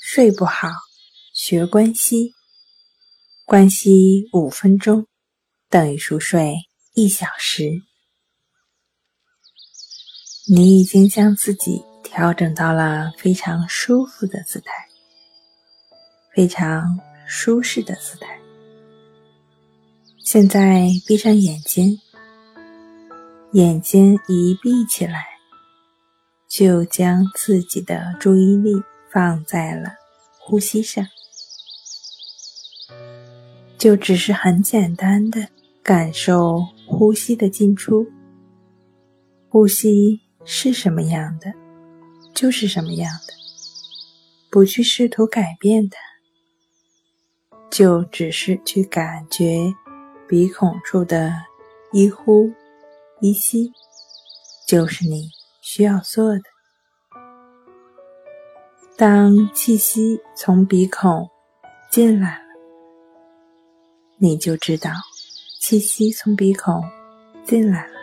睡不好，学关息。关息5分钟等于熟睡1小时。你已经将自己调整到了非常舒服的姿态，非常舒适的姿态。现在闭上眼睛，眼睛一闭起来，就将自己的注意力放在了呼吸上，就只是很简单的感受呼吸的进出。呼吸是什么样的，就是什么样的，不去试图改变它，就只是去感觉鼻孔处的一呼一吸，就是你需要做的。当气息从鼻孔进来了，你就知道气息从鼻孔进来了。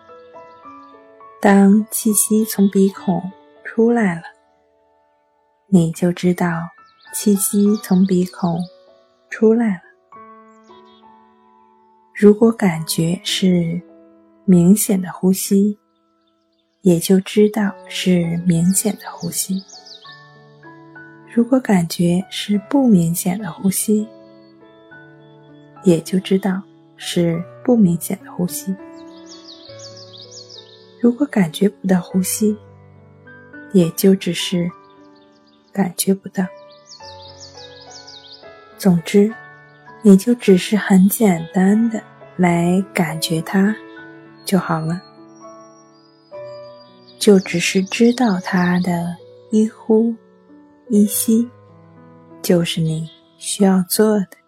当气息从鼻孔出来了，你就知道气息从鼻孔出来了。如果感觉是明显的呼吸，也就知道是明显的呼吸。如果感觉是不明显的呼吸，也就知道是不明显的呼吸。如果感觉不到呼吸，也就只是感觉不到。总之，你就只是很简单的来感觉它就好了，就只是知道它的一呼一吸，就是你需要做的。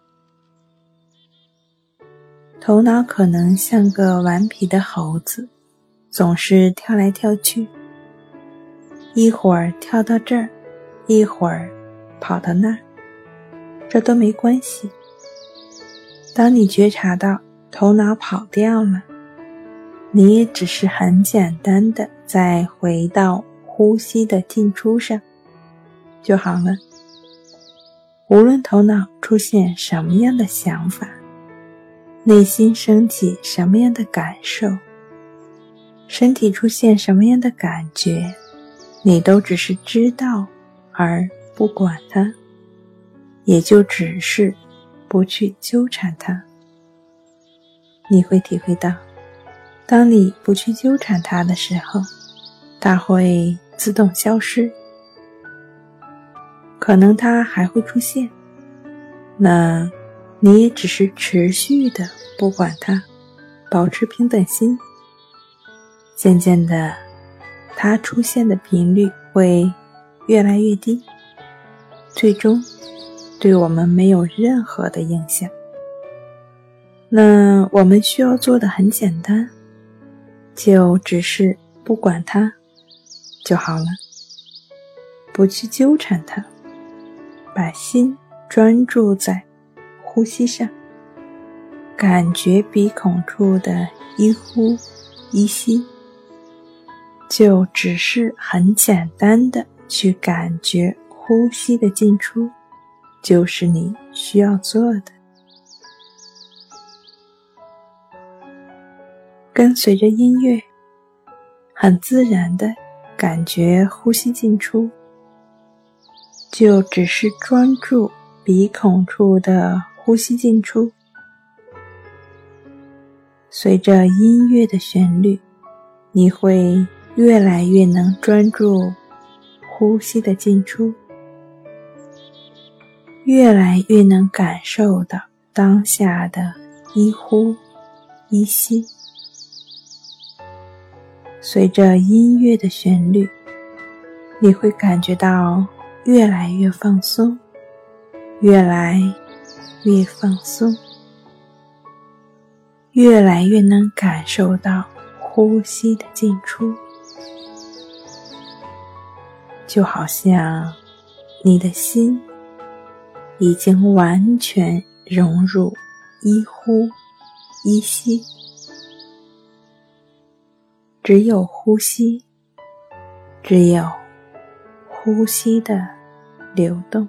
头脑可能像个顽皮的猴子，总是跳来跳去，一会儿跳到这儿，一会儿跑到那儿，这都没关系。当你觉察到头脑跑掉了，你也只是很简单的再回到呼吸的进出上就好了。无论头脑出现什么样的想法，内心升起什么样的感受，身体出现什么样的感觉，你都只是知道而不管它，也就只是不去纠缠它。你会体会到，当你不去纠缠它的时候，它会自动消失。可能它还会出现，那你也只是持续的不管它，保持平等心。渐渐的，它出现的频率会越来越低，最终对我们没有任何的影响。那我们需要做的很简单，就只是不管它就好了，不去纠缠它，把心专注在呼吸上，感觉鼻孔处的一呼一吸，就只是很简单的去感觉呼吸的进出，就是你需要做的。跟随着音乐，很自然的感觉呼吸进出，就只是专注鼻孔处的呼吸进出。随着音乐的旋律，你会越来越能专注呼吸的进出，越来越能感受到当下的一呼一吸。随着音乐的旋律，你会感觉到越来越放松，越来越放松，越来越能感受到呼吸的进出，就好像你的心已经完全融入一呼一吸，只有呼吸，只有呼吸的流动。